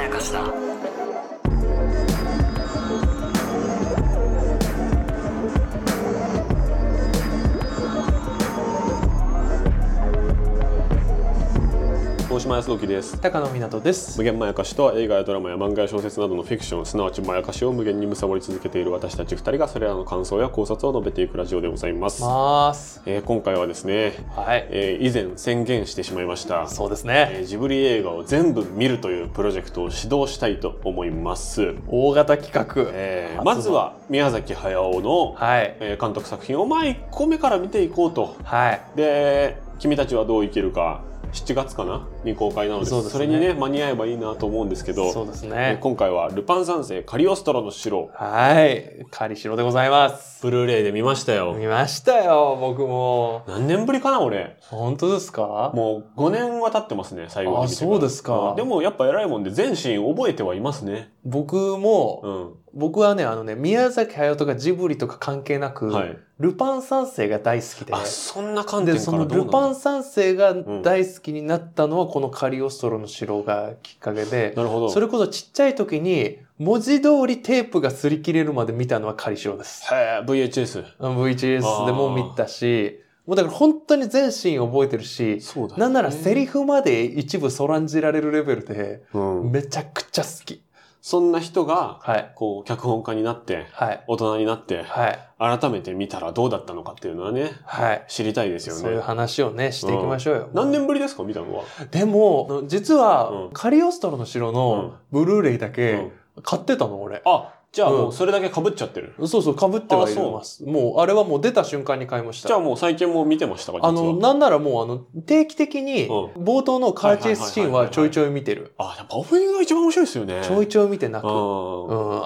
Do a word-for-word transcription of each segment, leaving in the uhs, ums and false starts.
やかしだ。 大島康之です。 高野湊です。 無限まやかしとは映画やドラマや漫画や小説などのフィクション、すなわちまやかしを無限に貪り続けている私たちふたりがそれらの感想や考察を述べていくラジオでございます。 ますえー、今回はですね、 はいえー、以前宣言してしまいました、 そうですね、 えー、ジブリ映画を全部見るというプロジェクトを始動したいと思います。 大型企画、 えー、まずは宮崎駿の、はいえー、監督作品をまあいっこめから見ていこうと、はい、で君たちはどう生きるかしちがつかなに公開なので、 そ, で、ね、それにね間に合えばいいなと思うんですけど、 そうですね、 今回はルパン三世カリオストロの城、 はいカリ城でございます。 ブルーレイで見ましたよ。 見ましたよ。僕も何年ぶりかな俺。 本当ですか。 もうごねんは経ってますね、最後に見てから。 あ、そうですか。 でもやっぱ偉いもんで全シーン覚えてはいますね。 僕も、うん、僕はねあのね宮崎駿とかジブリとか関係なく、はい、ルパン三世が大好きで、 あ、そんな観点からどうなんだ。 でそのルパン三世が大好きになったのは、うん、このカリオストロの城がきっかけで、なるほど。それこそちっちゃい時に文字通りテープが擦り切れるまで見たのはカリ城です。 へー、ブイエイチエス。 ブイエイチエス でも見たし、もうだから本当に全シーン覚えてるし、そうだね、なんならセリフまで一部そらんじられるレベルで、うん、めちゃくちゃ好き。 そんな人が、はい、こう、脚本家になって、はい、大人になって、はい、改めて見たらどうだったのかっていうのはね、はい、知りたいですよね。 そういう話をね、していきましょうよ。 うん、何年ぶりですか、見たのは。 でも、実は、うん、カリオストロの城のブルーレイだけ、買ってたの、俺。 あ、じゃあもうそれだけ被っちゃってる。 うん、そうそう、被ってはいます。もう、あれはもう出た瞬間に買いました。 じゃあもう最近も見てましたか、実は。 あの、なんならもう、あの、定期的に、冒頭のカーチェイスシーンはちょいちょい見てる。 あ、やっぱオープニングが一番面白いですよね。 ちょいちょい見て泣く。うん、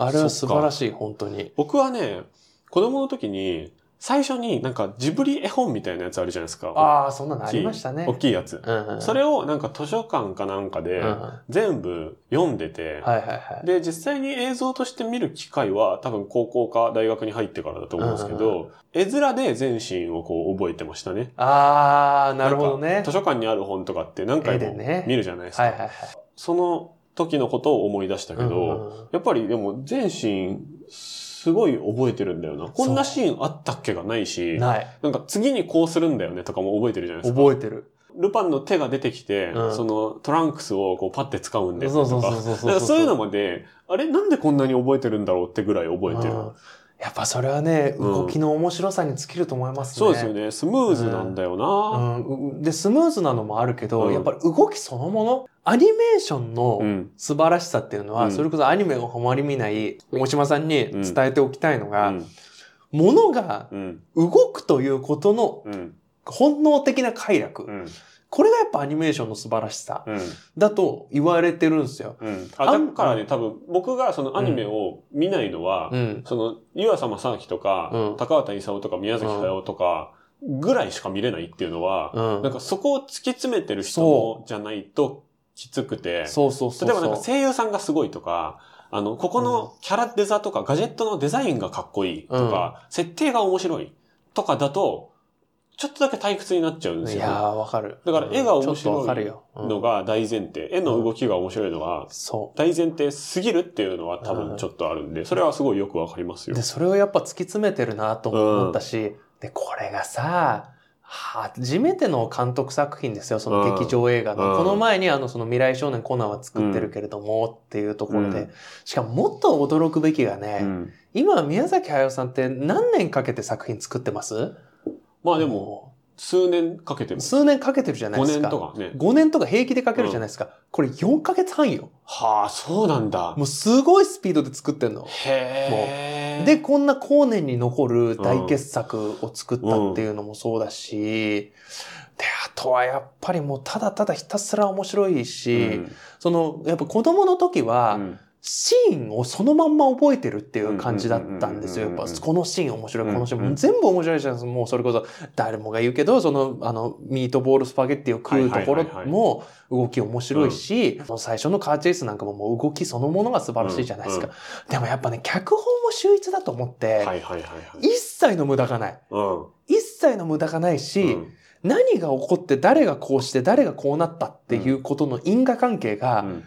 あれは素晴らしい、本当に。 僕はね、子供の時に、最初になんかジブリ絵本みたいなやつあるじゃないですか。 ああ、そんなのありましたね。 大きいやつ。うんうん、それをなんか図書館かなんかで全部読んでて、うんはいはいはい、で、実際に映像として見る機会は多分高校か大学に入ってからだと思うんですけど、うんうん、絵面で全シーンをこう覚えてましたね。 ああ、なるほどね。 図書館にある本とかって何回も見るじゃないですか。ねはいはいはい、その時のことを思い出したけど、うんうん、やっぱりでも全シーン、すごい覚えてるんだよな。こんなシーンあったっけがないし、ない。なんか次にこうするんだよねとかも覚えてるじゃないですか。 覚えてる。 ルパンの手が出てきて、うん、そのトランクスをこうパッて使うんだよねとか。そういうのまで、あれなんでこんなに覚えてるんだろうってぐらい覚えてる。うんやっぱそれはね、動きの面白さに尽きると思いますね。 そうですよね。スムーズなんだよな、 うんうん。で、スムーズなのもあるけど、うん、やっぱり動きそのもの、アニメーションの素晴らしさっていうのは、うん、それこそアニメをあまり見ない大島さんに伝えておきたいのが、うん、物が動くということの本能的な快楽。うんこれがやっぱアニメーションの素晴らしさだと言われてるんですよ。 うん、あだからね、多分僕がそのアニメを見ないのは、うん、その湯浅正明とか、うん、高畑勲とか宮崎駿とかぐらいしか見れないっていうのは、うん、なんかそこを突き詰めてる人じゃないときつくて、そうそうそうそう例えばなんか声優さんがすごいとか、あの、ここのキャラデザとかガジェットのデザインがかっこいいとか、うん、設定が面白いとかだと、ちょっとだけ退屈になっちゃうんですよ、ね。 いやー、わかる。 だから絵が面白いのが大前提、うん、絵の動きが面白いのが大前提すぎるっていうのは多分ちょっとあるんで、それはすごいよくわかりますよ。 で、それをやっぱ突き詰めてるなと思ったし、うん、で、これがさ、初めての監督作品ですよ、その劇場映画の。うん、この前にあの、その未来少年コナンは作ってるけれども、うん、っていうところで、うん、しかももっと驚くべきがね、うん、今宮崎駿さんって何年かけて作品作ってます？ まあでも、数年かけても。 数年かけてるじゃないですか。 ごねんとかね。 ごねんとか平気でかけるじゃないですか。うん、これよんかげつはんよ。 はあ、そうなんだ。 もうすごいスピードで作ってんの。 へー。 もうで、こんな後年に残る大傑作を作ったっていうのもそうだし、うん、で、あとはやっぱりもうただただひたすら面白いし、うん、その、やっぱ子供の時は、うんシーンをそのまんま覚えてるっていう感じだったんですよ。やっぱこのシーン面白い、このシーン、うんうん、全部面白いじゃないですか。もうそれこそ誰もが言うけど、そのあのミートボールスパゲッティを食うところも動き面白いし、最初のカーチェイスなんかももう動きそのものが素晴らしいじゃないですか。うんうん、でもやっぱね、脚本も秀逸だと思って、一切の無駄がない。うん、一切の無駄がないし、うん、何が起こって誰がこうして誰がこうなったっていうことの因果関係が、うん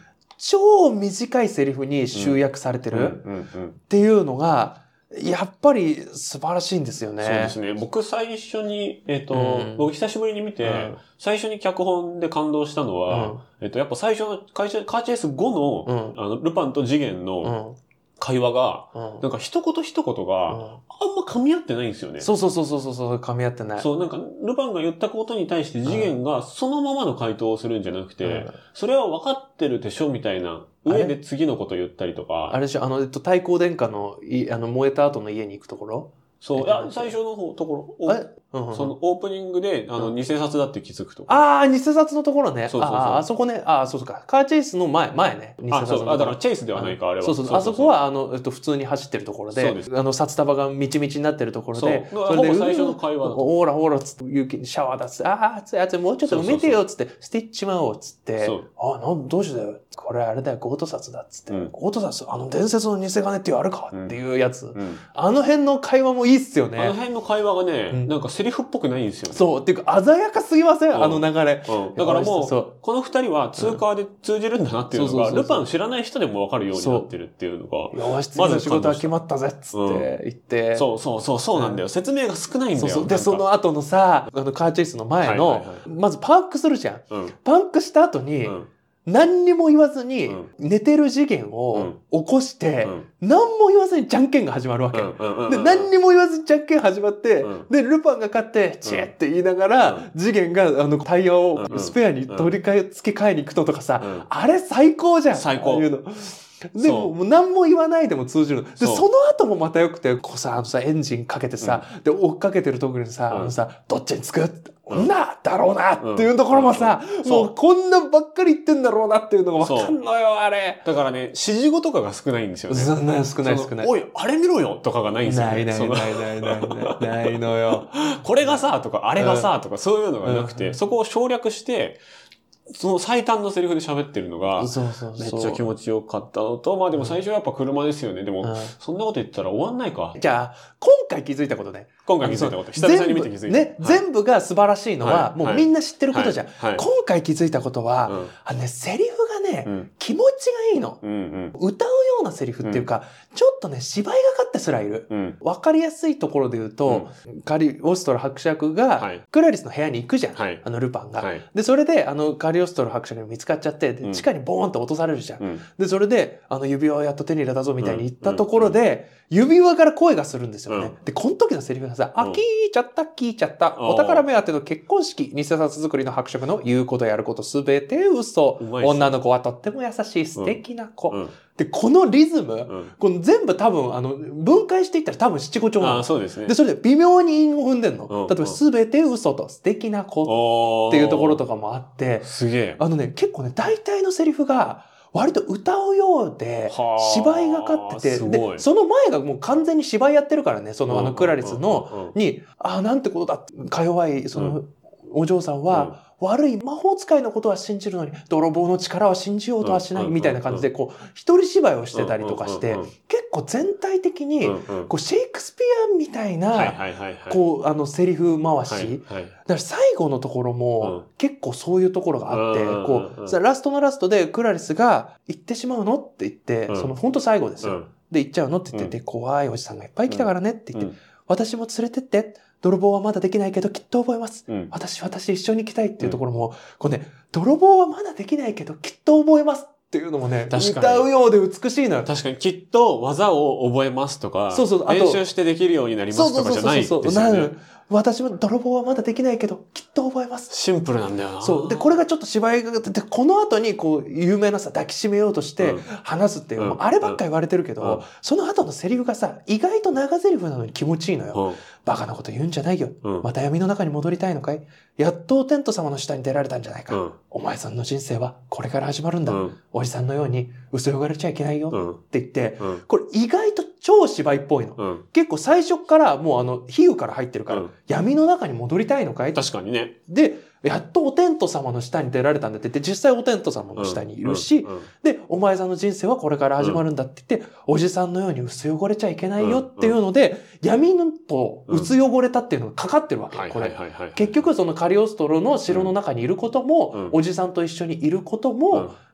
超短いセリフに集約されてるっていうのが、やっぱり素晴らしいんですよね。 そうですね。僕最初に、えっ、ー、と、うん、僕久しぶりに見て、うん、最初に脚本で感動したのは、うん、えっ、ー、と、やっぱ最初のカーチェイス後の、うん、あの、ルパンと次元の会話が、うん、なんか一言一言が、あんま噛み合ってないんですよね。 そうそうそうそうそう、噛み合ってない。 そう、なんか、ルパンが言ったことに対して次元がそのままの回答をするんじゃなくて、うん、それは分かってるでしょみたいな。上で次のこと言ったりとか。 あれでしょ、あの、えっと、太閤殿下の、い、あの、燃えた後の家に行くところそう、いや、最初の方、ところ。えうんうん、そのオープニングで、あの、偽札だって気づくと。 ああ、偽札のところね。そうそうそう。ああ、そこね。ああ、そうそうか。カーチェイスの前、前ね。 偽札の。あ、そう。あ、だからチェイスではないか、あれは。 そうそうそう。あそこは、あの、えっと、普通に走ってるところで、そうです。あの、札束がみちみちになってるところで、 そう。それで、最初の会話だ。 ほらほら、つって、雪にシャワー出す。ああ、熱い熱い、もうちょっと埋めてよ、つって、スティッチマンを、つって。そう。ああ、なん、どうしてだよ。これあれだよ、ゴート札だ、つって。ゴート札、あの、伝説の偽金ってあるかっていうやつ。あの辺の会話もいいっすよね。 あの辺の会話がね、なんかセリフっぽくないんですよね。 そう。っていうか、鮮やかすぎません、あの流れ。 だからもう、この二人は通過で通じるんだなっていうのが、ルパン知らない人でもわかるようになってるっていうのが。 よし、次の仕事は決まったぜ、っつって言って。 そうそうそう、そうなんだよ。説明が少ないんだよ。そうそう。 で、その後のさ、あの、カーチェイスの前の、まずパンクするじゃん。パンクした後に、何にも言わずに、寝てる次元を起こして、何も言わずにじゃんけんが始まるわけ。で、何にも言わずにじゃんけん始まって、で、ルパンが勝って、チェって言いながら、次元があのタイヤをスペアに取り替え、付け替えに行くのとかさ、あれ最高じゃん。 最高。 いうの。でも、もう何も言わないでも通じるの。で、その後もまた良くて、こうさ、あのさ、エンジンかけてさ、で、追っかけてる時にさ、あのさ、どっちにつく女だろうなっていうところもさ、もうこんなばっかり言ってんだろうなっていうのがわかんのよ、あれ。 だからね、指示語とかが少ないんですよね。 そんな少ない少ない。 おい、あれ見ろよとかがないんですよね。 ないないないないないないのよ。 これがさ、とか、あれがさ、とか、そういうのがなくて、そこを省略して、その最短のセリフで喋ってるのが、そうそうそうめっちゃ気持ちよかったのと、まあでも最初はやっぱ車ですよね。でも、うん、そんなこと言ったら終わんないか。 じゃあ、今回気づいたことね。 今回気づいたこと。久々に見て気づいた。 ね、はい、全部が素晴らしいのは、はい、もうみんな知ってることじゃん。はいはい、今回気づいたことは、うん、あのね、セリフがね、うん、気持ちがいいの、うんうん。歌うようなセリフっていうか、うん、ちょっとね、芝居がかってすらいる。うん、わかりやすいところで言うと、うん、カリオストロ伯爵が、はい、クラリスの部屋に行くじゃん。はい、あのルパンが、はい。で、それで、あの、カリオストロ伯爵に見つかっちゃって、で地下にボーンって落とされるじゃん。うん、で、それで、あの、指輪をやっと手に入れたぞみたいに言ったところで、指輪から声がするんですよね。うん、で、この時のセリフがさ、あ、聞いちゃった、聞いちゃった。お宝目当ての結婚式、偽札作りの伯爵の言うことやることすべて嘘。女の子はとっても優しい素敵な子。うんうん、で、このリズム、うん、この全部多分、あの、分解していったら多分七五調なの。 あ、そうですね。 で、それで微妙に韻を踏んでんの。うん、例えば、すべて嘘と素敵な子っていうところとかもあって、 すげえ。 あのね、結構ね、大体のセリフが、割と歌うようで、芝居がかってて、で、その前がもう完全に芝居やってるからね、そのあのクラリスの、に、ああ、なんてことだ、か弱い、その、お嬢さんは、悪い魔法使いのことは信じるのに、泥棒の力は信じようとはしない、みたいな感じで、こう、一人芝居をしてたりとかして、結構全体的に、こう、シェイクスピアみたいな、こう、あの、セリフ回し。だから最後のところも、結構そういうところがあって、こう、ラストのラストでクラリスが、行ってしまうのって言って、その、ほんと最後ですよ。で、行っちゃうのって言って、怖いおじさんがいっぱい来たからねって言って、私も連れてって、泥棒はまだできないけどきっと覚えます。うん、私、私一緒に来たいっていうところも、うん、こうね、泥棒はまだできないけどきっと覚えますっていうのもね、歌うようで美しいのよ。 確かに、きっと技を覚えますとか、そうそう、練習してできるようになりますとかじゃないですよね。 私も泥棒はまだできないけどきっと覚えます。 シンプルなんだよな。 そう。で、これがちょっと芝居が、で、この後にこう、有名なさ、抱きしめようとして話すっていう、うん、あればっか言われてるけど、うん、その後のセリフがさ、意外と長セリフなのに気持ちいいのよ。うん、バカなこと言うんじゃないよ。うん、また闇の中に戻りたいのかい？やっとテント様の下に出られたんじゃないか。うん、お前さんの人生はこれから始まるんだ。うん、おじさんのように薄汚れちゃいけないよ。うん、って言って、うん、これ意外と超芝居っぽいの。うん、結構最初からもうあの、比喩から入ってるから、うん、闇の中に戻りたいのかい？ 確かにね。 で、やっとおテント様の下に出られたんだって言って、実際おテント様の下にいるし、うんうんうん、で、お前さんの人生はこれから始まるんだって言って、うん、おじさんのように薄汚れちゃいけないよっていうので、うんうん、闇のと薄汚れたっていうのがかかってるわけ、うん、これ。結局そのカリオストロの城の中にいることも、うん、おじさんと一緒にいることも、うん、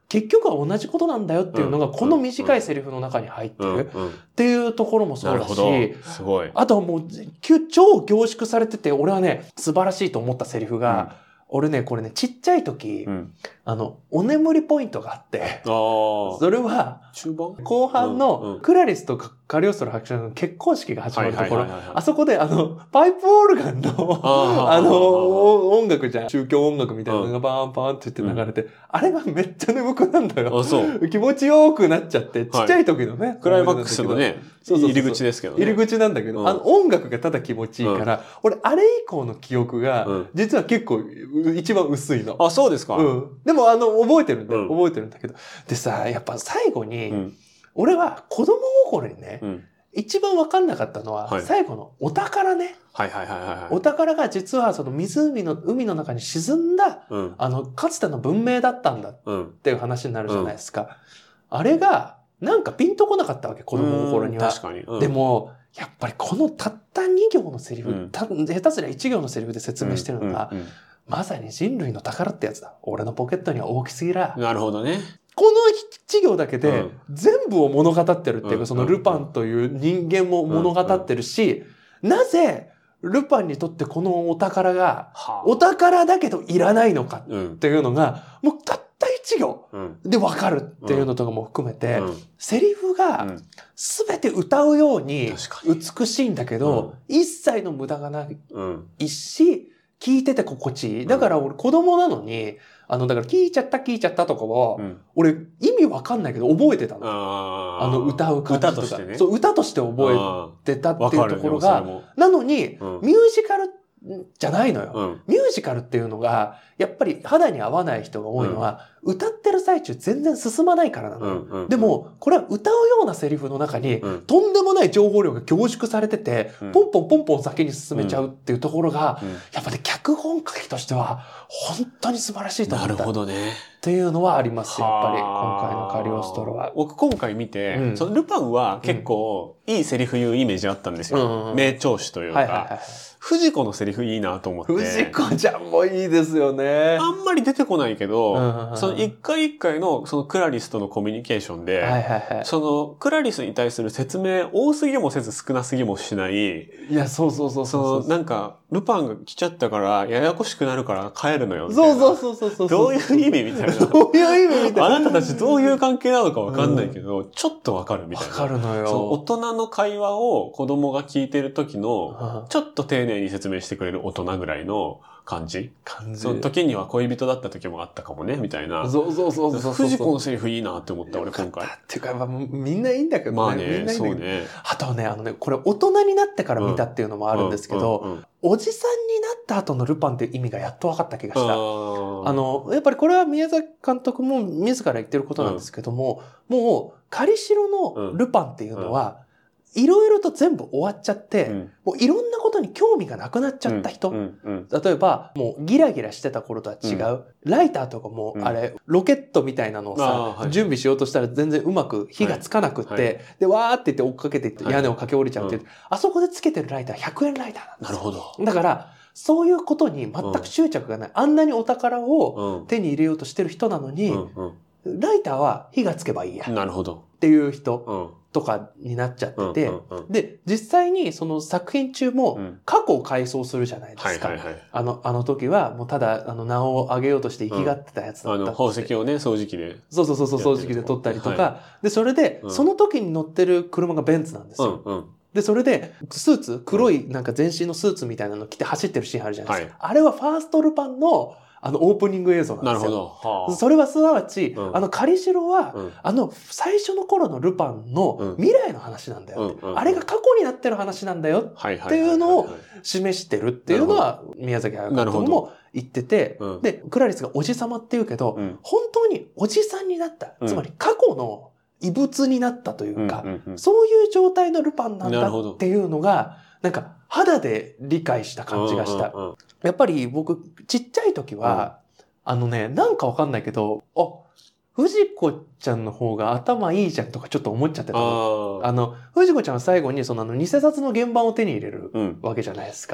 結局は同じことなんだよっていうのがこの短いセリフの中に入ってるっていうところもそうだし、 すごい。 あとはもう超凝縮されてて、俺はね、素晴らしいと思ったセリフが、うん、俺ね、これね、ちっちゃい時、うん、あの、お眠りポイントがあって、それは、中盤後半のクラリスとカリオストロ伯爵の結婚式が始まるところ、あそこであの、パイプオルガンの、あの、音楽じゃん。宗教音楽みたいなのがバーンバーンって言って流れて、うん、あれがめっちゃ眠くなるんだよ。あ、そう。気持ちよくなっちゃって、ちっちゃい時のね。はい、 クライマックスのね、そうそうそうそう入り口ですけどね。 入り口なんだけど、うん、あの音楽がただ気持ちいいから、うん、俺、あれ以降の記憶が、実は結構一番薄いの。 あ、そうですか。 うん。でも、あの、覚えてるんだよ。うん、覚えてるんだけど。でさ、やっぱ最後に、うん、俺は子供心にね、うん、一番わかんなかったのは、はい、最後のお宝ね。 はいはいはいはい。 お宝が実はその湖の、海の中に沈んだ、うん、あの、かつての文明だったんだっていう話になるじゃないですか。うん、あれが、なんかピンとこなかったわけ、子供心には。 確かに。 うん、でも、やっぱりこのたったに行のセリフ、うん、た下手すりゃいち行のセリフで説明してるのが、うんうんうん、まさに人類の宝ってやつだ。俺のポケットには大きすぎら。 なるほどね。 この一行だけで全部を物語ってるっていうか、うん、そのルパンという人間も物語ってるし、うんうん、なぜルパンにとってこのお宝が、お宝だけどいらないのかっていうのが、もうたった一行でわかるっていうのとかも含めて、うん、セリフが全て歌うように美しいんだけど、うん、一切の無駄がないし、聞いてて心地いい。だから俺子供なのに、あの、だから聞いちゃった聞いちゃったとかは、うん、俺意味わかんないけど覚えてたの。あ, あの歌う感じとか。歌としてね。そう、歌として覚えてたっていうところが、なのに、うん、ミュージカルじゃないのよ、うん。ミュージカルっていうのが、やっぱり肌に合わない人が多いのは、うん、歌ってる最中全然進まないからなのよ、うんうんうん。でも、これは歌うようなセリフの中に、うん、とんでもない情報量が凝縮されてて、うん、ポンポンポンポン先に進めちゃうっていうところが、うん、やっぱり脚本書きとしては、本当に素晴らしいと思った。 なるほどね。 っていうのはありますやっぱり、今回のカリオストロは。 僕今回見て、うん、そのルパンは結構、いいセリフ言うイメージあったんですよ。うんうん、名調子というか。はいはいはい、藤子のセリフいいなと思って。 藤子ちゃんもいいですよね。 あんまり出てこないけど、うんうん、その一回一回のそのクラリスとのコミュニケーションで、はいはいはい、そのクラリスに対する説明多すぎもせず少なすぎもしない。 いや、そうそうそうそうそう。 そのなんか、ルパンが来ちゃったからややこしくなるから帰るのよみたいな。そうそうそうそう。 どういう意味みたいな。 どういう意味みたいな。 あなたたちどういう関係なのかわかんないけど、うん、ちょっとわかるみたいな。 わかるのよ。 その大人の会話を子供が聞いてる時の、ちょっと丁寧に説明してくれる大人ぐらいの感じ。感じ。その時には恋人だった時もあったかもね、みたいな。 そうそうそうそうそう。 藤子のセリフいいなって思った、俺今回。 っていうか、まあ、みんないいんだけどね。 まあね、 みんないいんだけどそうね。 あとね、あのね、これ大人になってから見たっていうのもあるんですけど、うんうんうん、おじさんになった後のルパンっていう意味がやっと分かった気がした。あの、やっぱりこれは宮崎監督も自ら言ってることなんですけども、うん、もう、カリシロのルパンっていうのは、うんうんいろいろと全部終わっちゃって、うん、もういろんなことに興味がなくなっちゃった人。うんうんうん、例えば、もうギラギラしてた頃とは違う。うん、ライターとかも、あれ、ロケットみたいなのをさ、はい、準備しようとしたら全然うまく火がつかなくって、はいはい、で、わーって言って追っかけていって屋根を駆け下りちゃうっていう、はい、あそこでつけてるライターひゃくえんライターなんですよ。 なるほど。 だから、そういうことに全く執着がない。うん、あんなにお宝を手に入れようとしてる人なのに、うんうん、ライターは火がつけばいいや。 なるほど。 っていう人。うんとかになっちゃってて、うんうんうん、で、実際にその作品中も過去を回想するじゃないですか。うんはいはいはい、あの、あの時はもうただあの名を上げようとして生きがってたやつだったって、うん。 あの宝石をね、掃除機で。 そうそうそうそう、掃除機で取ったりとか、はい、で、それで、その時に乗ってる車がベンツなんですよ。うんうんで、それで、スーツ、黒いなんか全身のスーツみたいなの着て走ってるシーンあるじゃないですか。はい、あれはファーストルパンのあの、オープニング映像なんですよ。 なるほど。はあ、 それはすなわち、うん、あの、カリシロは、うん、あの、最初の頃のルパンの未来の話なんだよ、うん。あれが過去になってる話なんだよ。っていうのを示してるっていうのは、宮崎駿監督も言ってて、で、クラリスがおじさまって言うけど、うん、本当におじさんになった。つまり過去の異物になったというか、うんうんうん、そういう状態のルパンなんだっていうのが、なんか肌で理解した感じがした。うんうんうん、やっぱり僕、ちっちゃい時は、うん、あのね、なんかわかんないけど、あ、藤子ちゃんの方が頭いいじゃんとかちょっと思っちゃってたの。あの、藤子ちゃんは最後にそのあの偽札の原版を手に入れるわけじゃないですか。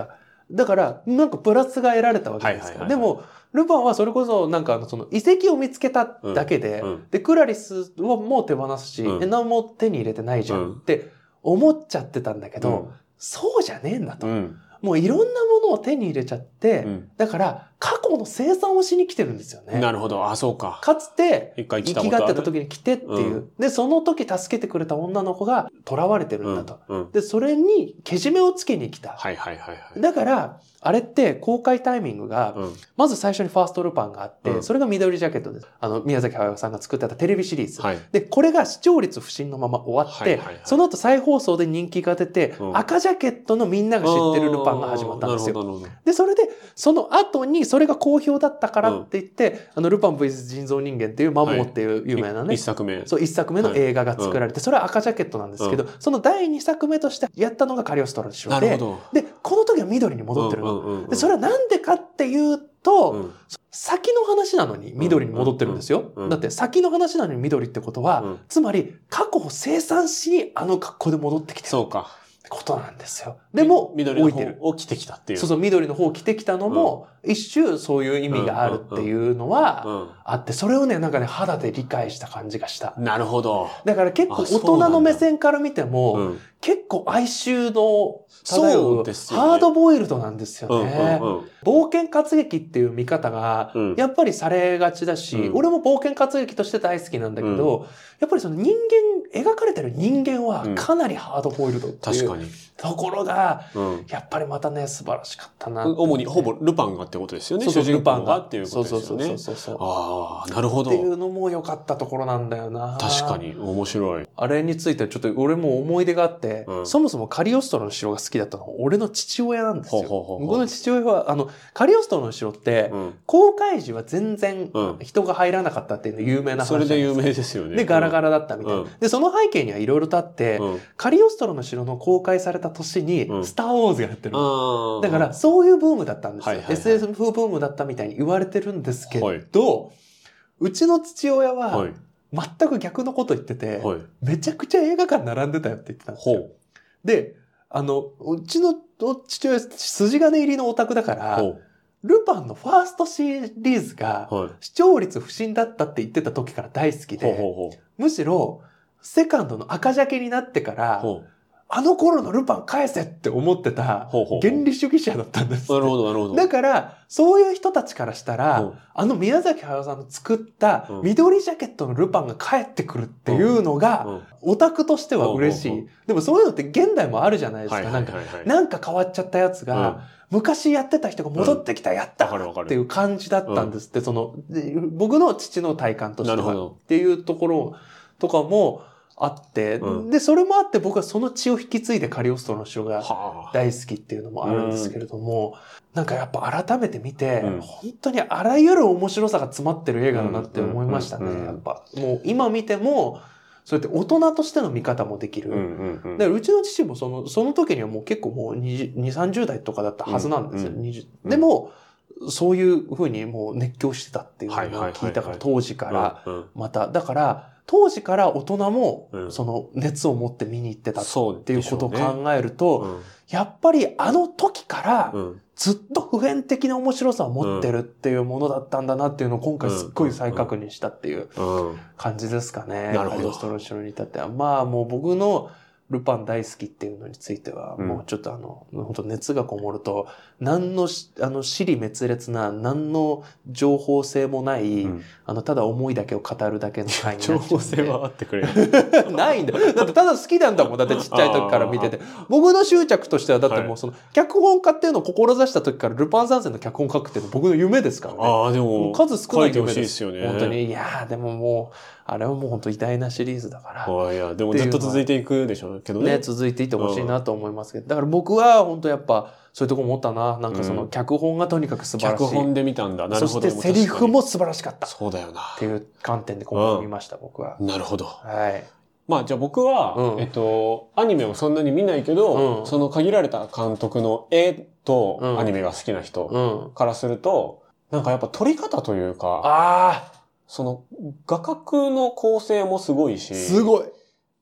だから、なんかプラスが得られたわけですから。でも、ルパンはそれこそ、なんかその遺跡を見つけただけで、うんうん、で、クラリスはもう手放すし、うん、え、何も手に入れてないじゃんって思っちゃってたんだけど、うん、そうじゃねえんだと。うん、もういろんなものを手に入れちゃって、うん、だから過去の生産をしに来てるんですよね。 なるほど。あ、そうか。 かつて、生きがってた時に来てっていう、うん。で、その時助けてくれた女の子が囚われてるんだと。うんうん、で、それにけじめをつけに来た。 はいはいはい、はい。 だから、あれって公開タイミングが、うん、まず最初にファーストルパンがあって、うん、それが緑ジャケットです。あの、宮崎駿さんが作ってたテレビシリーズ。はい、で、これが視聴率不振のまま終わって、はいはいはい、その後再放送で人気が出て、うん、赤ジャケットのみんなが知ってるルパンが始まったんですよ。で、それで、その後にそれが好評だったからって言って、うん、あの、ルパン ブイエス 人造人間っていうマモっていう有名なね、はい、 一作目。 そう、一作目の映画が作られて、はい、それは赤ジャケットなんですけど、うん、そのだいにさくめとしてやったのがカリオストロでしょ。なるほど。で、この時は緑に戻ってるの。うんうんうん、で、それはなんでかっていうと、うん、先の話なのに緑に戻ってるんですよ。うんうんうん、だって先の話なのに緑ってことは、うん、つまり過去を生産しにあの格好で戻ってきてる。 そうか。 ことなんですよ。でも、 緑の方を着てきたっていう。 そうそう、緑の方を着てきたのも、うん、一種そういう意味があるっていうのはあって、それをね、なんかね、肌で理解した感じがした。 なるほど。 だから結構大人の目線から見ても、うん、結構哀愁の漂う、ハードボイルドなんですよね。うんうんうん、冒険活劇っていう見方が、やっぱりされがちだし、うん、俺も冒険活劇として大好きなんだけど、うん、やっぱりその人間、描かれてる人間はかなりハードボイルドっていう、うん、確かにところが、うん、やっぱりまたね、素晴らしかったな。 主にほぼルパンがってことですよね。 そうそう、 主人公がっていうことですよね。 そうそうそうそう。 ああ、なるほど。 っていうのも良かったところなんだよな。 確かに、面白い。 あれについてはちょっと俺も思い出があって、うん、そもそもカリオストロの城が好きだったのは俺の父親なんですよ。ほうほうほうほう。僕の父親は、あの、カリオストロの城って、うん、公開時は全然人が入らなかったっていうの有名な話なんです。 それで有名ですよね。 で、ガラガラだったみたいな。うん、で、その背景にはいろいろとあって、うん、カリオストロの城の公開された年に、スターウォーズがやってる、うん。だから、そういうブームだったんですよ。はいはいはい、エスエスエフ ブームだったみたいに言われてるんですけど、はい、うちの父親は、はい、全く逆のこと言ってて、はい、めちゃくちゃ映画館並んでたよって言ってたんですよ。で、あの、うちの父親、筋金入りのオタクだから、ルパンのファーストシリーズが視聴率不振だったって言ってた時から大好きで、はい、むしろ、セカンドの赤ジャケになってから、あの頃のルパン返せって思ってた原理主義者だったんです。 なるほど、なるほど。 だから、そういう人たちからしたら、うん、あの宮崎駿さんの作った緑ジャケットのルパンが帰ってくるっていうのが、オタクとしては嬉しい。でもそういうのって現代もあるじゃないですか。なんか、なんか変わっちゃったやつが、うん、昔やってた人が戻ってきた、やったっていう感じだったんですって、その、僕の父の体感としては。っていうところとかも、あって、うん、で、それもあって僕はその血を引き継いでカリオストロの城が大好きっていうのもあるんですけれども、はあ、なんかやっぱ改めて見て、うん、本当にあらゆる面白さが詰まってる映画だなって思いましたね、やっぱ。もう今見ても、そうやって大人としての見方もできる。うんうんうん、だからうちの父もその、その時にはもう結構もうにじゅう、さんじゅう代とかだったはずなんですよ。うんうん、でも、そういう風にもう熱狂してたっていうのを聞いたから、当時から、また、だから、当時から大人も、その熱を持って見に行ってたっていうことを考えると、うんねうん、やっぱりあの時から、ずっと普遍的な面白さを持ってるっていうものだったんだなっていうのを今回すっごい再確認したっていう感じですかね。 なるほど。 カリオストロの城に至っては。まあもう僕のルパン大好きっていうのについては、もうちょっとあの、本当熱がこもると、何の、あの、尻滅裂な、何の情報性もない、うん、あの、ただ思いだけを語るだけの回になっちゃう。 情報性はあってくれる。ないんだよ。だってただ好きなんだもん。だってちっちゃい時から見てて。僕の執着としては、だってもうその、脚本家っていうのを志した時からルパン三世の脚本書くっていうのは僕の夢ですからね。 ああ、でも、 数少ない夢です。 書いてほしいですよね。 本当に。いやー、でももう、あれはもう本当偉大なシリーズだから。 ああ、いや、でもずっと続いていくでしょうけどね。 ね、続いていってほしいなと思いますけど。だから僕は本当やっぱ、そういうとこ思ったな。なんかその脚本がとにかく素晴らしい。 脚本で見たんだ。なるほど。 そしてセリフも素晴らしかった。 そうだよな。 っていう観点で今回見ました、僕は。 なるほど。 はい。 まあじゃあ僕は、うん、えっと、アニメをそんなに見ないけど、うん、その限られた監督の絵とアニメが好きな人からすると、うん、なんかやっぱ撮り方というか、 ああ。 その画角の構成もすごいし、 すごい。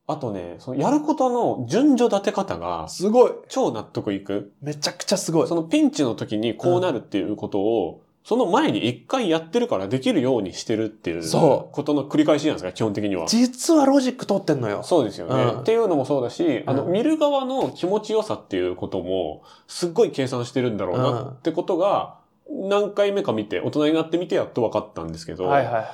あとね、そのやることの順序立て方が、 すごい超納得いく。 めちゃくちゃすごい。 そのピンチの時にこうなるっていうことを、うん、その前に一回やってるからできるようにしてるっていうことの繰り返しなんですか、基本的には。 実はロジック通ってんのよ。 そうですよね。うん、っていうのもそうだし、あの、見る側の気持ちよさっていうことも、すっごい計算してるんだろうなってことが、何回目か見て、大人になってみてやっと分かったんですけど、 はいはいはい、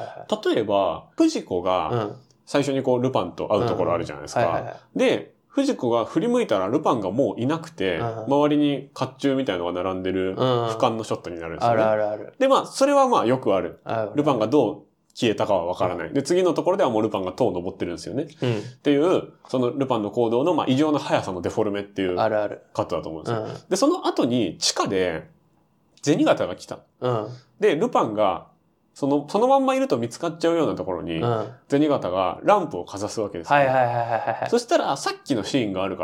例えば、藤子が、最初にこう、ルパンと会うところあるじゃないですか。で、藤子が振り向いたらルパンがもういなくて、うん、周りに甲冑みたいなのが並んでる俯瞰のショットになるんですよね。うん、あるあるある。で、まあ、それはまあよくある。あるルパンがどう消えたかはわからない。で、次のところではもうルパンが塔を登ってるんですよね。うん、っていう、そのルパンの行動のまあ異常な速さのデフォルメっていうカットだと思うんですよ。あるある。で、その後に地下で銭形が来た。うん、で、ルパンがその、そのまんまいると見つかっちゃうようなところに、銭形がランプをかざすわけですよ。はいはいはいはい。そしたら、さっきのシーンがあるから、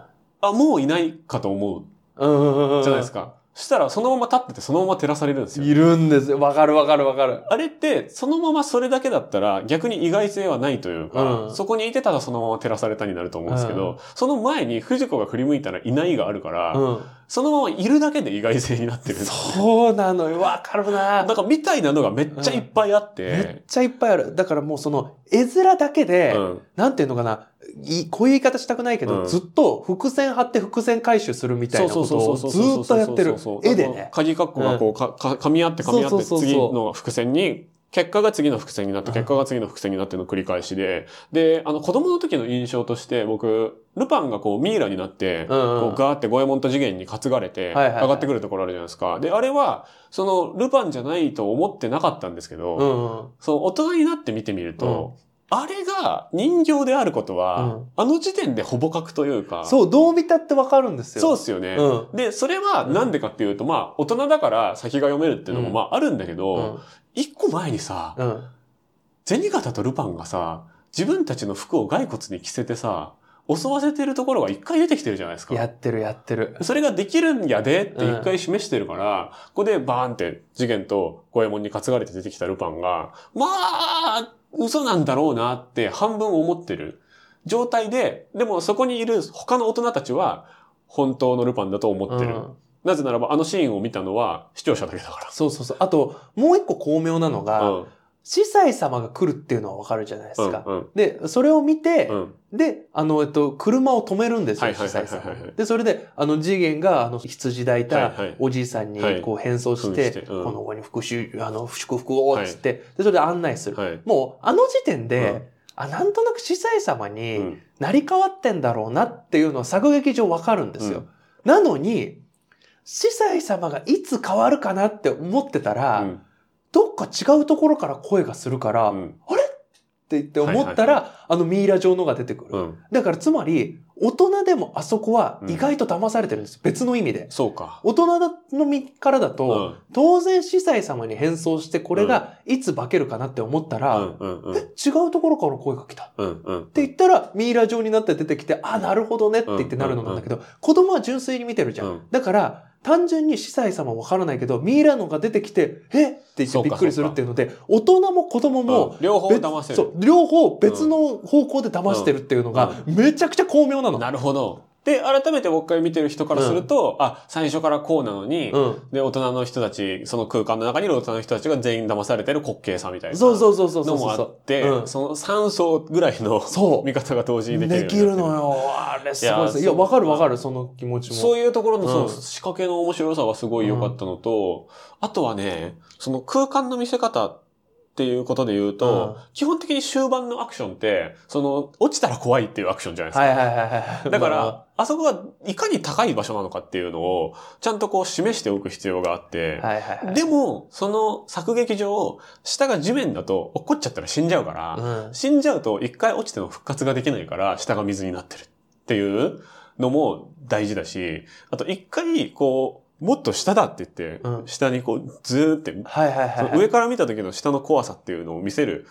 うん、あ、もういないかと思う。じゃないですか。そしたら、そのまま立ってて、そのまま照らされるんですよ。 いるんですよ。わかるわかるわかる。 あれって、そのままそれだけだったら、逆に意外性はないというか、うん、そこにいてたらそのまま照らされたになると思うんですけど、うん、その前に藤子が振り向いたらいないがあるから、うん、そのままいるだけで意外性になってるんです、 ね。そうなのよ。わかるな。 だからみたいなのがめっちゃいっぱいあって。 うん、めっちゃいっぱいある。だからもうその絵面だけで、うん、なんていうのかな、こういう言い方したくないけど、うん、ずっと伏線張って伏線回収するみたいなことをずっとやってる。絵でね。 鍵括弧がこう、か、か、噛み合って噛み合って次の伏線に、結果が次の伏線になって、結果が次の伏線になっての繰り返しで、で、あの子供の時の印象として僕、ルパンがこうミイラになって、こうガーって五右衛門と次元に担がれて、上がってくるところあるじゃないですか。で、あれは、そのルパンじゃないと思ってなかったんですけど、その大人になって見てみると、あれが人形であることは、うん、あの時点でほぼ確というか。 そう、どう見たってわかるんですよ。 そうですよね。うん、で、それはなんでかっていうと、まあ、大人だから先が読めるっていうのもまああるんだけど、一、うん、個前にさ、うん、銭形とルパンがさ、自分たちの服を骸骨に着せてさ、襲わせてるところが一回出てきてるじゃないですか。 やってるやってる。 それができるんやでって一回示してるから、うん、ここでバーンって次元と五右衛門に担がれて出てきたルパンが、まあ、嘘なんだろうなって半分思ってる状態で、でもそこにいる他の大人たちは本当のルパンだと思ってる。うん、なぜならばあのシーンを見たのは視聴者だけだから。 そうそうそう。あと、もう一個巧妙なのが、うん、司祭様が来るっていうのはわかるじゃないですか。うんうん、で、それを見て、うん、で、あの、えっと、車を止めるんですよ、司祭様。で、それで、あの、次元が、あの、羊抱いたおじいさんに、こう、変装して、はいはいうん、この子に復讐、あの、祝福を、つって、はい、で、それで案内する。はい、もう、あの時点で、うん、あ、なんとなく司祭様になり変わってんだろうなっていうのは作劇上わかるんですよ。うん、なのに、司祭様がいつ変わるかなって思ってたら、うん、どっか違うところから声がするから、うん、あれって言って思ったら、はいはいはい、あのミイラ状のが出てくる。うん、だからつまり、大人でもあそこは意外と騙されてるんです。うん、別の意味で。 そうか。 大人の身からだと、うん、当然司祭様に変装してこれがいつ化けるかなって思ったら、うんうんうん、え、違うところから声が来た。うんうん、って言ったら、ミイラ状になって出てきて、あ、なるほどねって言ってなるのなんだけど、うんうんうん、子供は純粋に見てるじゃん。うん、だから、単純に司祭様わからないけど、ミイラのが出てきて、えって言ってびっくりするっていうので、大人も子供も、 うん、両方騙せる。 そう、両方別の方向で騙してるっていうのが、めちゃくちゃ巧妙なの。 なるほど。で、改めてもう一回見てる人からすると、うん、あ、最初からこうなのに、うん、で、大人の人たち、その空間の中にいる大人の人たちが全員騙されてる滑稽さみたいな。 そうそうそうそうそう。 のもあって、うん、そのさん層ぐらいの見方が同時にできる。 できるのよ。あれすごいです。いや、わかるわかる、その気持ちも。 そういうところの、その仕掛けの面白さがすごい良かったのと、あとはね、その空間の見せ方、っていうことで言うと、うん、基本的に終盤のアクションって、その、落ちたら怖いっていうアクションじゃないですか。 はいはいはいはい。 だから、あそこがいかに高い場所なのかっていうのを、ちゃんとこう示しておく必要があって、はいはいはい、でも、その作劇上、下が地面だと落っこっちゃったら死んじゃうから、うん、死んじゃうと一回落ちても復活ができないから、下が水になってるっていうのも大事だし、あと一回、こう、もっと下だって言って、うん、下にこう、ずーって、はいはいはいはい、上から見た時の下の怖さっていうのを見せる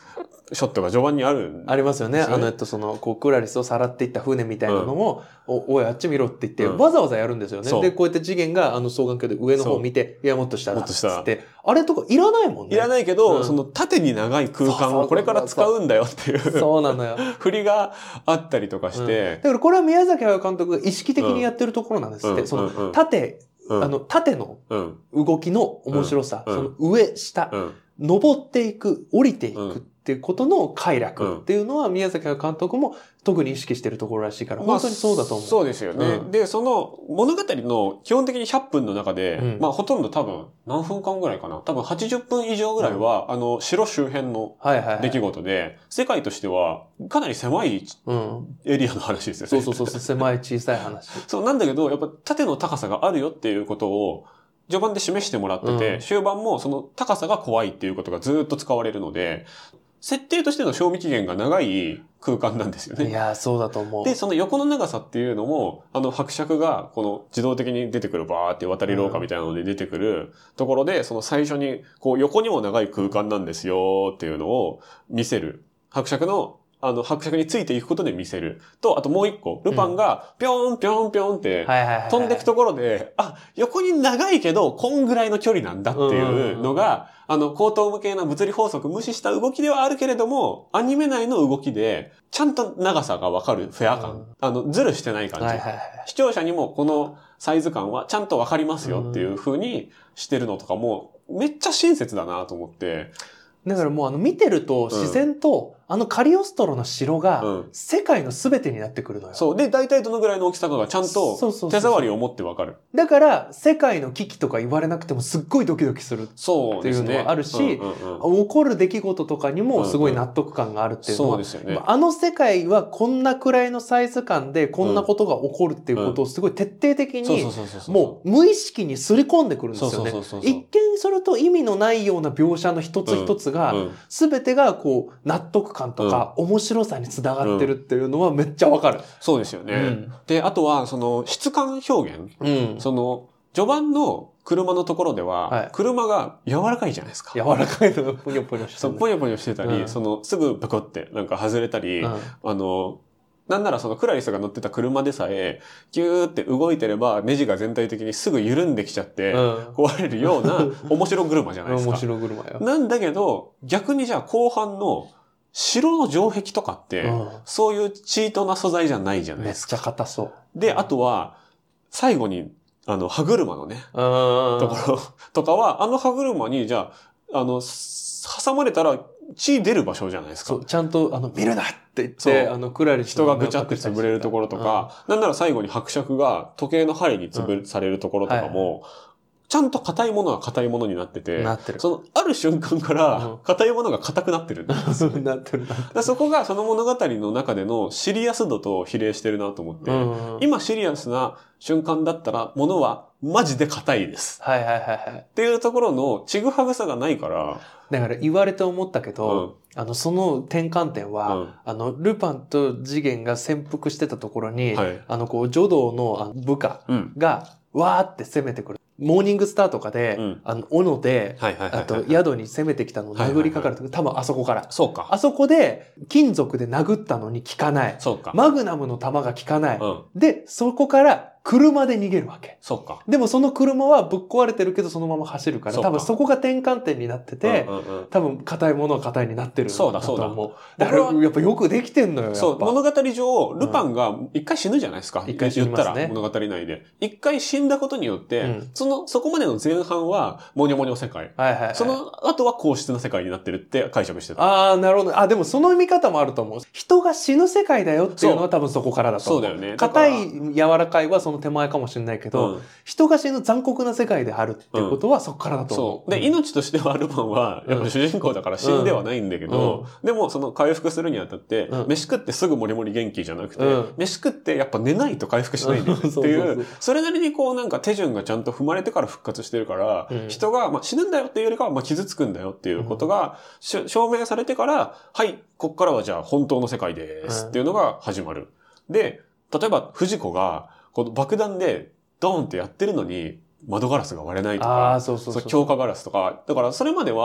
ショットが序盤にあるんですよね。 ありますよね。あの、えっと、その、こう、クラリスをさらっていった船みたいなのも、うん、お、おい、あっち見ろって言って、うん、わざわざやるんですよね。で、こうやって次元が、あの、双眼鏡で上の方を見て、いや、もっと下だっつって、あれとかいらないもんね。 いらないけど、うん、その縦に長い空間をこれから使うんだよっていう。 そうなのよ。 振りがあったりとかして。 うん、だからこれは宮崎駿監督が意識的にやってるところなんですって。うん、その、縦、うん、あの、縦の動きの面白さ、うん、その上、下、うん、登っていく、降りていく。うんっていうことの快楽っていうのは宮崎監督も特に意識してるところらしいから、本当にそうだと思う。 まあ、そうですよね、うん。で、その物語の基本的にひゃっぷんの中で、うん、まあほとんど多分何分間ぐらいかな。多分はちじゅっぷん以上ぐらいは、うん、あの城周辺の出来事で、はいはいはい、世界としてはかなり狭いエリアの話ですよね。 そうそうそう、狭い小さい話。 そうなんだけど、やっぱ縦の高さがあるよっていうことを序盤で示してもらってて、うん、終盤もその高さが怖いっていうことがずっと使われるので、設定としての賞味期限が長い空間なんですよね。 いやー、そうだと思う。 で、その横の長さっていうのも、あの伯爵がこの自動的に出てくるバーって渡り廊下みたいなので出てくるところで、うん、その最初にこう横にも長い空間なんですよっていうのを見せる。伯爵のあの、伯爵についていくことで見せる。と、あともう一個、ルパンが、ぴょんぴょんぴょんって、飛んでいくところで、あ、横に長いけど、こんぐらいの距離なんだっていうのが、あの、高等無形な物理法則無視した動きではあるけれども、アニメ内の動きで、ちゃんと長さがわかるフェア感。あの、ずるしてない感じ。視聴者にもこのサイズ感はちゃんとわかりますよっていう風にしてるのとかも、めっちゃ親切だなと思って。 だからもうあの見てると自然と、あのカリオストロの城が世界の全てになってくるのよ。 そう。で、大体どのぐらいの大きさかがちゃんと手触りを持ってわかる。 だから世界の危機とか言われなくてもすっごいドキドキするっていうのはあるし、起こる出来事とかにもすごい納得感があるっていうのは、うんうん、そうですよね。あの世界はこんなくらいのサイズ感でこんなことが起こるっていうことをすごい徹底的にもう無意識にすり込んでくるんですよね。一見すると意味のないような描写の一つ一つが全てがこう納得感とか面白さにつながってるっていうのはめっちゃわかる。 そうですよね。うん、で、あとはその質感表現、うん、その序盤の車のところでは、はい、車が柔らかいじゃないですか。 柔らかいのがポニョポニョしてる、ね。そう、ポニョポニョしてたり、うん、そのすぐブコってなんか外れたり、うん、あの、なんならそのクラリスが乗ってた車でさえ、キューって動いてればネジが全体的にすぐ緩んできちゃって、壊れるような面白車じゃないですか。 面白車よ。 なんだけど、逆にじゃあ後半の城の城壁とかって、うん、そういうチートな素材じゃないじゃないですか。 めっちゃ硬そう。 で、あとは、最後に、あの、歯車のね、ところとかは、あの歯車に、じゃあ、あの、挟まれたら血出る場所じゃないですか。そう、 ちゃんと、あの、見るなって言って、あの、クラリス人がぐちゃって潰れるところとか、うん、なんなら最後に伯爵が時計の針に潰されるところとかも、うんはいはい、ちゃんと硬いものは硬いものになってて、 なってる。 その、ある瞬間から、硬いものが硬くなってるんですよ、ね。 なってるなってる。 そこがその物語の中でのシリアス度と比例してるなと思って、うんうん、今シリアスな瞬間だったら、物はマジで硬いです。 はいはいはいはい。 っていうところのちぐはぐさがないから。 だから言われて思ったけど、うん、あの、その転換点は、うん、あの、ルパンと次元が潜伏してたところに、はい、あの、こう、女道の部下が、わーって攻めてくる。モーニングスターとかで、うん、あの、斧で、あと、宿に攻めてきたのを殴りかかると、はいはいはい、多分あそこから。 そうか。 あそこで、金属で殴ったのに効かない。 そうか。 マグナムの弾が効かない。うん、で、そこから、車で逃げるわけ。 そうか。 でもその車はぶっ壊れてるけどそのまま走るから、多分そこが転換点になってて、うんうんうん、多分硬いものは硬いになってるんだと思う。 そうだそうだ。だからやっぱよくできてんのよ。 そう、物語上、ルパンが一回死ぬじゃないですか。一、うん、回死にますね。言ったら物語内で。一回死んだことによって、うん、その、そこまでの前半は、モニョモニョ世界。はいはいはい。その後は硬質な世界になってるって解釈してた。 ああ、なるほど。あ、でもその見方もあると思う。人が死ぬ世界だよっていうのは多分そこからだと思う。 そうだよね。 硬い柔らかいはその手前かもしれないけど、うん、人が死ぬ残酷な世界であるっていうことはそこからだと思う。 そう。で、命としてはルパンは、やっぱ主人公だから死んではないんだけど、うん、でもその回復するにあたって、うん、飯食ってすぐモリモリ元気じゃなくて、うん、飯食ってやっぱ寝ないと回復しないんだよねっていう、それなりにこうなんか手順がちゃんと踏まれてから復活してるから、うん、人が、まあ、死ぬんだよっていうよりかは、まあ、傷つくんだよっていうことが、うん、証明されてから、はい、こっからはじゃあ本当の世界ですっていうのが始まる。で、例えば藤子が、この爆弾で、ドーンってやってるのに窓ガラスが割れないとか、 あそうそうそう強化ガラスとか、だからそれまでは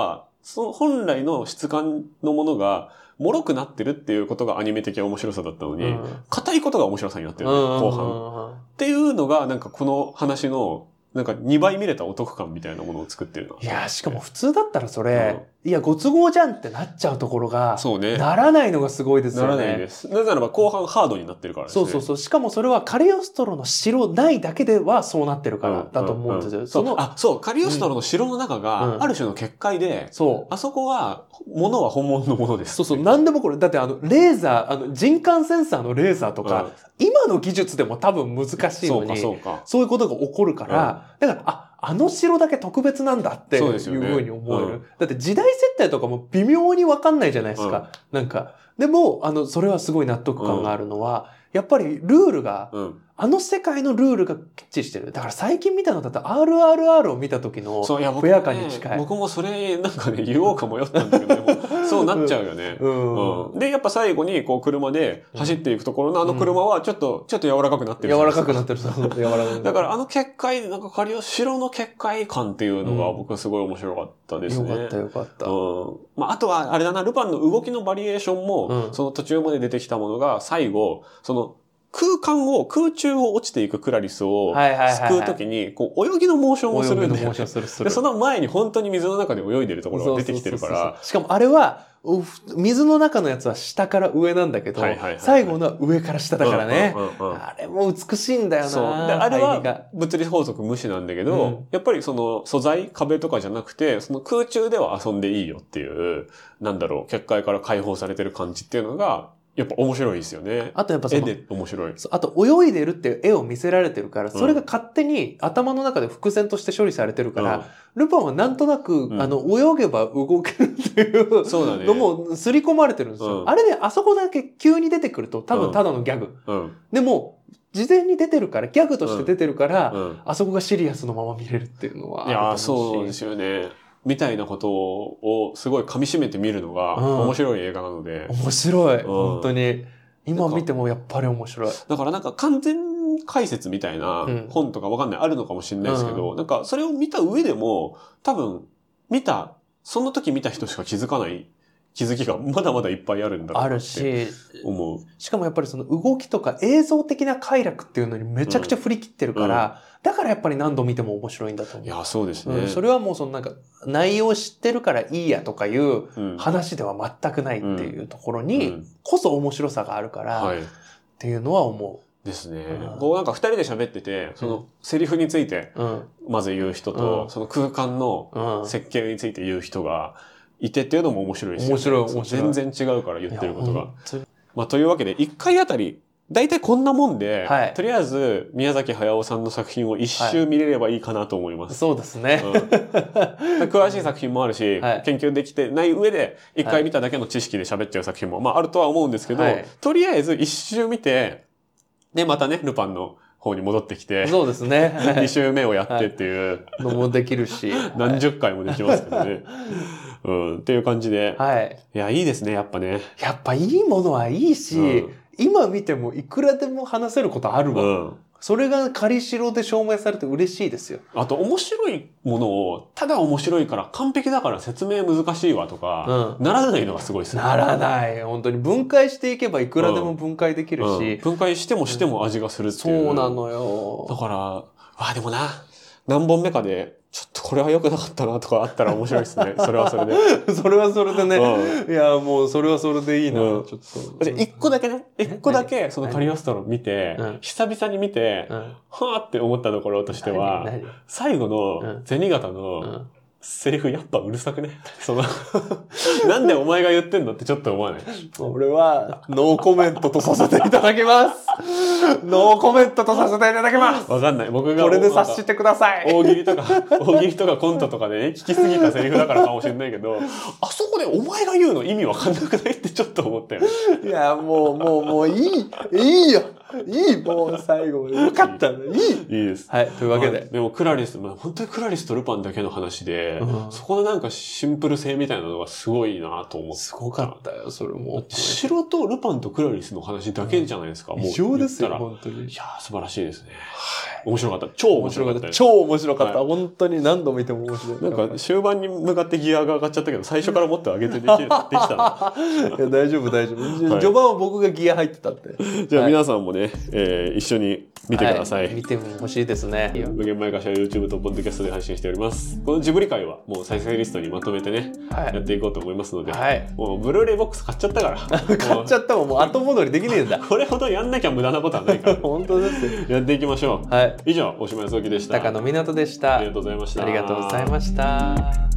その本来の質感のものが、脆くなってるっていうことがアニメ的面白さだったのに、硬、うん、いことが面白さになってるね、後半。っていうのが、なんかこの話の、なんかにばい見れたお得感みたいなものを作ってるな。 いや、しかも普通だったらそれ、うん、いや、ご都合じゃんってなっちゃうところが、 そうね。 ならないのがすごいですよね。 ならないです。なぜならば後半ハードになってるからですね。 そうそうそう。しかもそれはカリオストロの城ないだけではそうなってるからだと思うんですよ。うんうんうん、 そのあ、そう、カリオストロの城の中が、ある種の結界で、うん、そう。あそこは、物は本物のものです。 そうそう。なんでもこれ、だってあの、レーザー、あの、人感センサーのレーザーとか、うん、今の技術でも多分難しいのに、そうかそうか。そういうことが起こるから、うん、だから、あ、あの城だけ特別なんだっていうふうに思える。ねうん、だって時代設定とかも微妙にわかんないじゃないですか。うん、なんか。でも、あの、それはすごい納得感があるのは、うん、やっぱりルールが、うん、あの世界のルールがきっちりしてる。だから最近見たのだと アールアールアール を見た時のフェア感に近い。 僕もそれなんかね、言おうか迷ったんだけど、でもそうなっちゃうよね、うんうん。で、やっぱ最後にこう車で走っていくところのあの車はちょっと、ちょっと柔らかくなってる。 柔らかくなってる。柔らかくだからあの結界、なんかカリオ城の結界感っていうのが僕はすごい面白かったですね。 よかったよかった。 うん。まあ、あとはあれだな、ルパンの動きのバリエーションも、うん、その途中まで出てきたものが最後、その、空間を、空中を落ちていくクラリスを救うときに、こう、泳ぎのモーションをするんだよね。で、その前に本当に水の中で泳いでるところが出てきてるから。 しかもあれは、水の中のやつは下から上なんだけど、最後のは上から下だからね。あれも美しいんだよな。 そう。で、あれは物理法則無視なんだけど、うん、やっぱりその素材、壁とかじゃなくて、その空中では遊んでいいよっていう、なんだろう、結界から解放されてる感じっていうのが、やっぱ面白いですよね。 あとやっぱその、 絵で面白い。 あと泳いでるっていう絵を見せられてるから、それが勝手に頭の中で伏線として処理されてるから、うん、ルパンはなんとなく、うん、あの、泳げば動けるっていうのも刷り込まれてるんですよ。うん、あれね、あそこだけ急に出てくると多分ただのギャグ。うん、でも、事前に出てるから、ギャグとして出てるから、うん、あそこがシリアスのまま見れるっていうのはあると思うし。 いや、そうですよね。みたいなことをすごい噛み締めて見るのが面白い映画なので。 うん、面白い。本当に。今見てもやっぱり面白い。 だからなんか完全解説みたいな本とかわかんない、あるのかもしれないですけど、うん、なんかそれを見た上でも多分見た、その時見た人しか気づかない気づきがまだまだいっぱいあるんだろうなって思う。 しかもやっぱりその動きとか映像的な快楽っていうのにめちゃくちゃ振り切ってるから、うんうん、だからやっぱり何度見ても面白いんだと思う。 いや、そうですね。 うん、それはもうそのなんか内容知ってるからいいやとかいう話では全くないっていうところにこそ面白さがあるから、うんうんはい、っていうのは思う。 ですね。うん、こうなんか二人で喋ってて、そのセリフについてまず言う人と、うん、その空間の設計について言う人がいてっていうのも面白いですよね。 面白い、面白い。全然違うから言ってることが。まあというわけで、一回あたり、だいたいこんなもんで、はい、とりあえず宮崎駿さんの作品を一周見れればいいかなと思います。はい、 そうですね、うん。 詳しい作品もあるし、はい、研究できてない上で、一回見ただけの知識で喋っちゃう作品も、まああるとは思うんですけど、はい、とりあえず一周見て、で、またね、ルパンの方に戻ってきて。 そうですね。 二周目をやってっていう。 のもできるし。 何十回もできますけどね。うん。っていう感じで。はい。いや、いいですね、やっぱね。 やっぱいいものはいいし、うん、今見てもいくらでも話せることあるわ。うん。それが仮城で証明されて嬉しいですよ。 あと面白いものを、ただ面白いから完璧だから説明難しいわとか、うん、ならないのがすごいですね。 ならない。本当に分解していけばいくらでも分解できるし。うんうん、 分解してもしても味がするっていう。 そうなのよ。 だから、ああでもな、何本目かで、ちょっとこれは良くなかったなとかあったら面白いですね。それはそれで。 それはそれでね。うん、いや、もうそれはそれでいいな。うん、ちょっと。一個だけね、一個だけそのカリオストロ見て、久々に見て、うん、はぁって思ったところとしては、最後の銭形のセリフやっぱうるさくね。その、なんでお前が言ってんのってちょっと思わない。 俺はノーコメントとさせていただきます。ノーコメントとさせていただきます。 わかんない。僕が。 これで察してください。 大喜利とか、大喜利とかコントとかでね、聞きすぎたセリフだからかもしれないけど、あそこでお前が言うの意味わかんなくないってちょっと思ったよ。 いや、もう、もう、もういい、いいよ。 いいもう最後まで。よかったの。いいいいです。 はい。というわけで。まあ、 でもクラリス、まあ、本当にクラリスとルパンだけの話で、うん、そこのなんかシンプル性みたいなのがすごいなと思って。 すごかったよ、それも。 城とルパンとクラリスの話だけじゃないですか。うん、もう。 異常ですよ、本当に。 いやー、素晴らしいですね。はい。面白かった。超面白かった。 超面白かった。はい、本当に何度見ても面白い。 なんか終盤に向かってギアが上がっちゃったけど、最初からもっと上げてできできたの。いや、大丈夫、大丈夫。はい、序盤は僕がギア入ってたって。 じゃあ皆さんもね、はい、えー、一緒に見てください。 はい、見てほしいですね。 無限前貸しは YouTube とポッドキャストで配信しております。このジブリ会はもう再生リストにまとめてね、はい、やっていこうと思いますので、はい、もうブルーレイボックス買っちゃったから。 買っちゃったもん、もう後戻りできねえんだ。 これほどやんなきゃ無駄なことはないから、ね。 本当ですよ。 やっていきましょう。はい、以上、大島康之でした。 高野湊でした。 ありがとうございました。 ありがとうございました。